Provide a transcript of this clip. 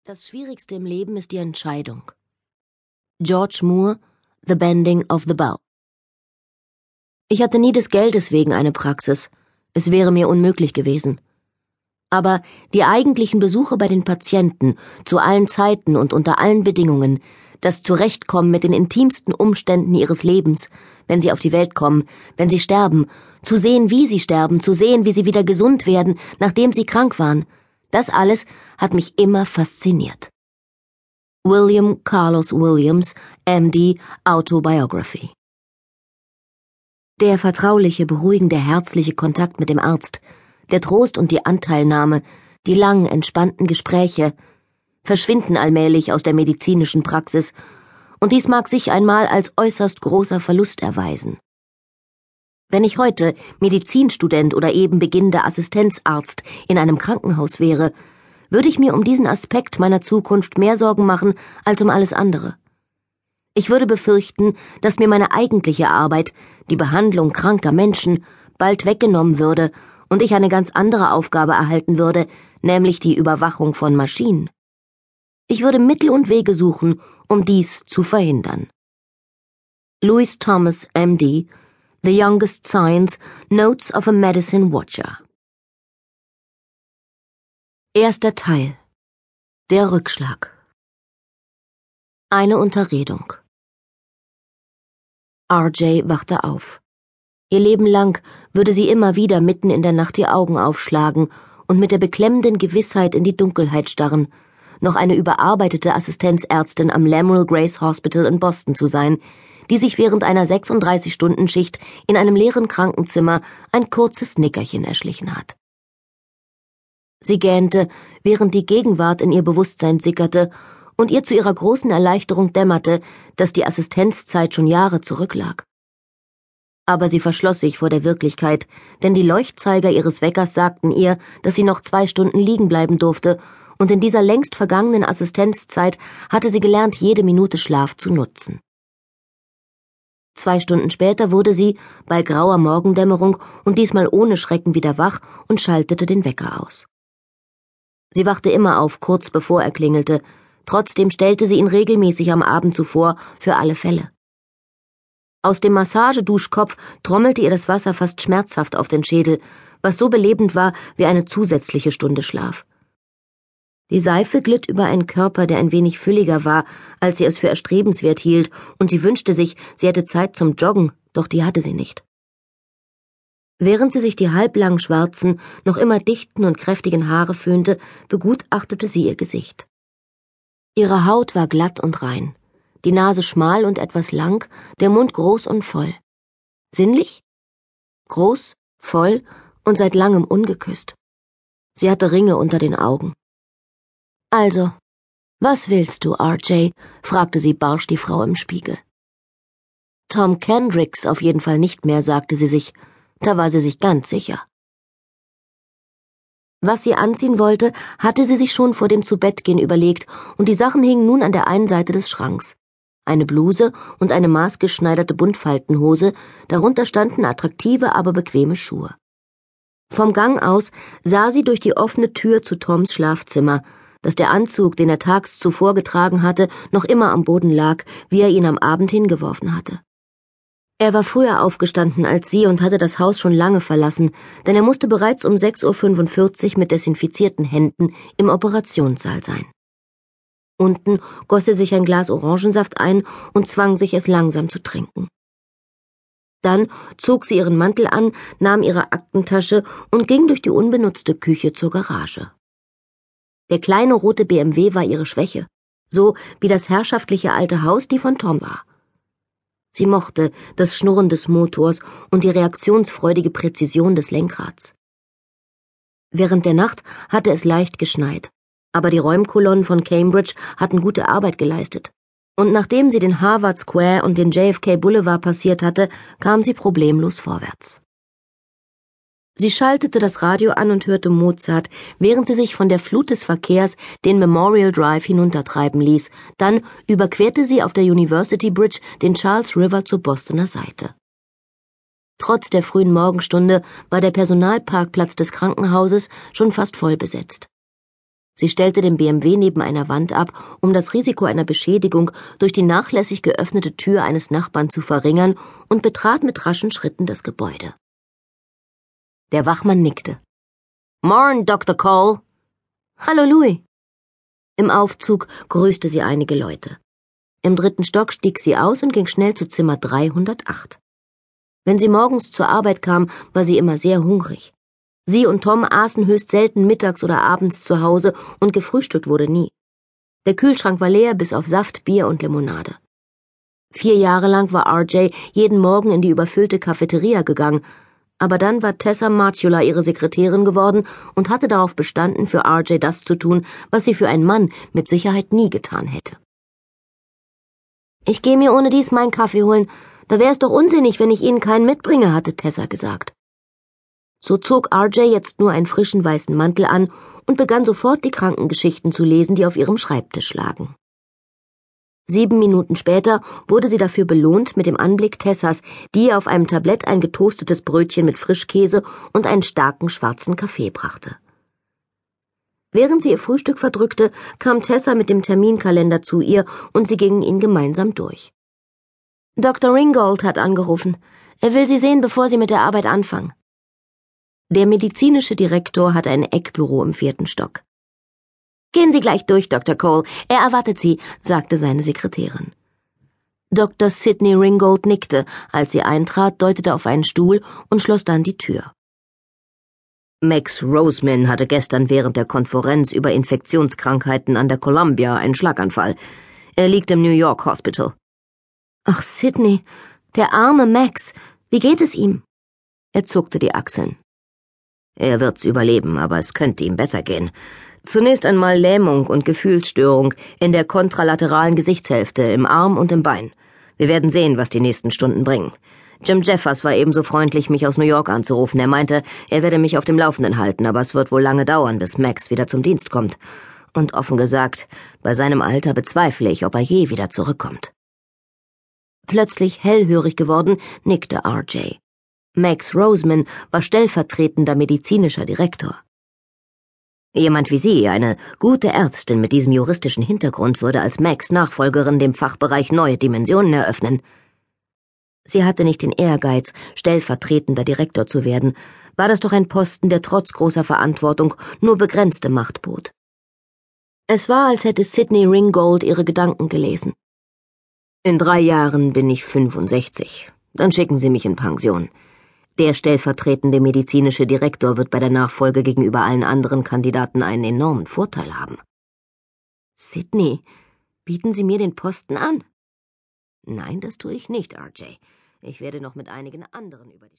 Das Schwierigste im Leben ist die Entscheidung. George Moore, The Bending of the Bow. Ich hatte nie des Geldes wegen eine Praxis. Es wäre mir unmöglich gewesen. Aber die eigentlichen Besuche bei den Patienten, zu allen Zeiten und unter allen Bedingungen, das Zurechtkommen mit den intimsten Umständen ihres Lebens, wenn sie auf die Welt kommen, wenn sie sterben, zu sehen, wie sie sterben, zu sehen, wie sie wieder gesund werden, nachdem sie krank waren, das alles hat mich immer fasziniert. William Carlos Williams, MD, Autobiography. Der vertrauliche, beruhigende, herzliche Kontakt mit dem Arzt, der Trost und die Anteilnahme, die langen, entspannten Gespräche, verschwinden allmählich aus der medizinischen Praxis, und dies mag sich einmal als äußerst großer Verlust erweisen. Wenn ich heute Medizinstudent oder eben beginnender Assistenzarzt in einem Krankenhaus wäre, würde ich mir um diesen Aspekt meiner Zukunft mehr Sorgen machen als um alles andere. Ich würde befürchten, dass mir meine eigentliche Arbeit, die Behandlung kranker Menschen, bald weggenommen würde und ich eine ganz andere Aufgabe erhalten würde, nämlich die Überwachung von Maschinen. Ich würde Mittel und Wege suchen, um dies zu verhindern. Louis Thomas, MD, The Youngest Science, Notes of a Medicine Watcher. Erster Teil. Der Rückschlag. Eine Unterredung. RJ wachte auf. Ihr Leben lang würde sie immer wieder mitten in der Nacht die Augen aufschlagen und mit der beklemmenden Gewissheit in die Dunkelheit starren, noch eine überarbeitete Assistenzärztin am Lemuel Grace Hospital in Boston zu sein, die sich während einer 36-Stunden-Schicht in einem leeren Krankenzimmer ein kurzes Nickerchen erschlichen hat. Sie gähnte, während die Gegenwart in ihr Bewusstsein sickerte und ihr zu ihrer großen Erleichterung dämmerte, dass die Assistenzzeit schon Jahre zurücklag. Aber sie verschloss sich vor der Wirklichkeit, denn die Leuchtzeiger ihres Weckers sagten ihr, dass sie noch 2 Stunden liegen bleiben durfte, und in dieser längst vergangenen Assistenzzeit hatte sie gelernt, jede Minute Schlaf zu nutzen. 2 Stunden später wurde sie, bei grauer Morgendämmerung und diesmal ohne Schrecken, wieder wach und schaltete den Wecker aus. Sie wachte immer auf, kurz bevor er klingelte, trotzdem stellte sie ihn regelmäßig am Abend zuvor, für alle Fälle. Aus dem Massageduschkopf trommelte ihr das Wasser fast schmerzhaft auf den Schädel, was so belebend war wie eine zusätzliche Stunde Schlaf. Die Seife glitt über einen Körper, der ein wenig fülliger war, als sie es für erstrebenswert hielt, und sie wünschte sich, sie hätte Zeit zum Joggen, doch die hatte sie nicht. Während sie sich die halblang schwarzen, noch immer dichten und kräftigen Haare föhnte, begutachtete sie ihr Gesicht. Ihre Haut war glatt und rein, die Nase schmal und etwas lang, der Mund groß und voll. Sinnlich? Groß, voll und seit langem ungeküsst. Sie hatte Ringe unter den Augen. »Also, was willst du, RJ?« fragte sie barsch die Frau im Spiegel. Tom Kendricks auf jeden Fall nicht mehr, sagte sie sich. Da war sie sich ganz sicher. Was sie anziehen wollte, hatte sie sich schon vor dem Zubettgehen überlegt, und die Sachen hingen nun an der einen Seite des Schranks. Eine Bluse und eine maßgeschneiderte Buntfaltenhose, darunter standen attraktive, aber bequeme Schuhe. Vom Gang aus sah sie durch die offene Tür zu Toms Schlafzimmer, dass der Anzug, den er tags zuvor getragen hatte, noch immer am Boden lag, wie er ihn am Abend hingeworfen hatte. Er war früher aufgestanden als sie und hatte das Haus schon lange verlassen, denn er musste bereits um 6:45 Uhr mit desinfizierten Händen im Operationssaal sein. Unten goss er sich ein Glas Orangensaft ein und zwang sich, es langsam zu trinken. Dann zog sie ihren Mantel an, nahm ihre Aktentasche und ging durch die unbenutzte Küche zur Garage. Der kleine rote BMW war ihre Schwäche, so wie das herrschaftliche alte Haus die von Tom war. Sie mochte das Schnurren des Motors und die reaktionsfreudige Präzision des Lenkrads. Während der Nacht hatte es leicht geschneit, aber die Räumkolonnen von Cambridge hatten gute Arbeit geleistet. Und nachdem sie den Harvard Square und den JFK Boulevard passiert hatte, kam sie problemlos vorwärts. Sie schaltete das Radio an und hörte Mozart, während sie sich von der Flut des Verkehrs den Memorial Drive hinuntertreiben ließ. Dann überquerte sie auf der University Bridge den Charles River zur Bostoner Seite. Trotz der frühen Morgenstunde war der Personalparkplatz des Krankenhauses schon fast voll besetzt. Sie stellte den BMW neben einer Wand ab, um das Risiko einer Beschädigung durch die nachlässig geöffnete Tür eines Nachbarn zu verringern, und betrat mit raschen Schritten das Gebäude. Der Wachmann nickte. »Morn, Dr. Cole.« »Hallo, Louis.« Im Aufzug grüßte sie einige Leute. Im 3. Stock stieg sie aus und ging schnell zu Zimmer 308. Wenn sie morgens zur Arbeit kam, war sie immer sehr hungrig. Sie und Tom aßen höchst selten mittags oder abends zu Hause und gefrühstückt wurde nie. Der Kühlschrank war leer bis auf Saft, Bier und Limonade. 4 Jahre lang war RJ jeden Morgen in die überfüllte Cafeteria gegangen, aber dann war Tessa Marchula ihre Sekretärin geworden und hatte darauf bestanden, für RJ das zu tun, was sie für einen Mann mit Sicherheit nie getan hätte. »Ich gehe mir ohne dies meinen Kaffee holen. Da wäre es doch unsinnig, wenn ich Ihnen keinen mitbringe«, hatte Tessa gesagt. So zog RJ jetzt nur einen frischen weißen Mantel an und begann sofort die Krankengeschichten zu lesen, die auf ihrem Schreibtisch lagen. 7 Minuten später wurde sie dafür belohnt mit dem Anblick Tessas, die ihr auf einem Tablett ein getoastetes Brötchen mit Frischkäse und einen starken schwarzen Kaffee brachte. Während sie ihr Frühstück verdrückte, kam Tessa mit dem Terminkalender zu ihr und sie gingen ihn gemeinsam durch. »Dr. Ringgold hat angerufen. Er will Sie sehen, bevor Sie mit der Arbeit anfangen.« Der medizinische Direktor hatte ein Eckbüro im 4. Stock. »Gehen Sie gleich durch, Dr. Cole. Er erwartet Sie«, sagte seine Sekretärin. Dr. Sidney Ringgold nickte, als sie eintrat, deutete auf einen Stuhl und schloss dann die Tür. Max Roseman hatte gestern während der Konferenz über Infektionskrankheiten an der Columbia einen Schlaganfall. Er liegt im New York Hospital. »Ach, Sidney, der arme Max. Wie geht es ihm?« Er zuckte die Achseln. »Er wird's überleben, aber es könnte ihm besser gehen. Zunächst einmal Lähmung und Gefühlsstörung in der kontralateralen Gesichtshälfte, im Arm und im Bein. Wir werden sehen, was die nächsten Stunden bringen. Jim Jeffers war ebenso freundlich, mich aus New York anzurufen. Er meinte, er werde mich auf dem Laufenden halten, aber es wird wohl lange dauern, bis Max wieder zum Dienst kommt. Und offen gesagt, bei seinem Alter bezweifle ich, ob er je wieder zurückkommt.« Plötzlich hellhörig geworden, nickte RJ. Max Roseman war stellvertretender medizinischer Direktor. Jemand wie Sie, eine gute Ärztin mit diesem juristischen Hintergrund, würde als Max Nachfolgerin dem Fachbereich neue Dimensionen eröffnen. Sie hatte nicht den Ehrgeiz, stellvertretender Direktor zu werden, war das doch ein Posten, der trotz großer Verantwortung nur begrenzte Macht bot. Es war, als hätte Sidney Ringgold ihre Gedanken gelesen. »In 3 Jahren bin ich 65. Dann schicken Sie mich in Pension. Der stellvertretende medizinische Direktor wird bei der Nachfolge gegenüber allen anderen Kandidaten einen enormen Vorteil haben.« »Sidney, bieten Sie mir den Posten an?« »Nein, das tue ich nicht, RJ. Ich werde noch mit einigen anderen über die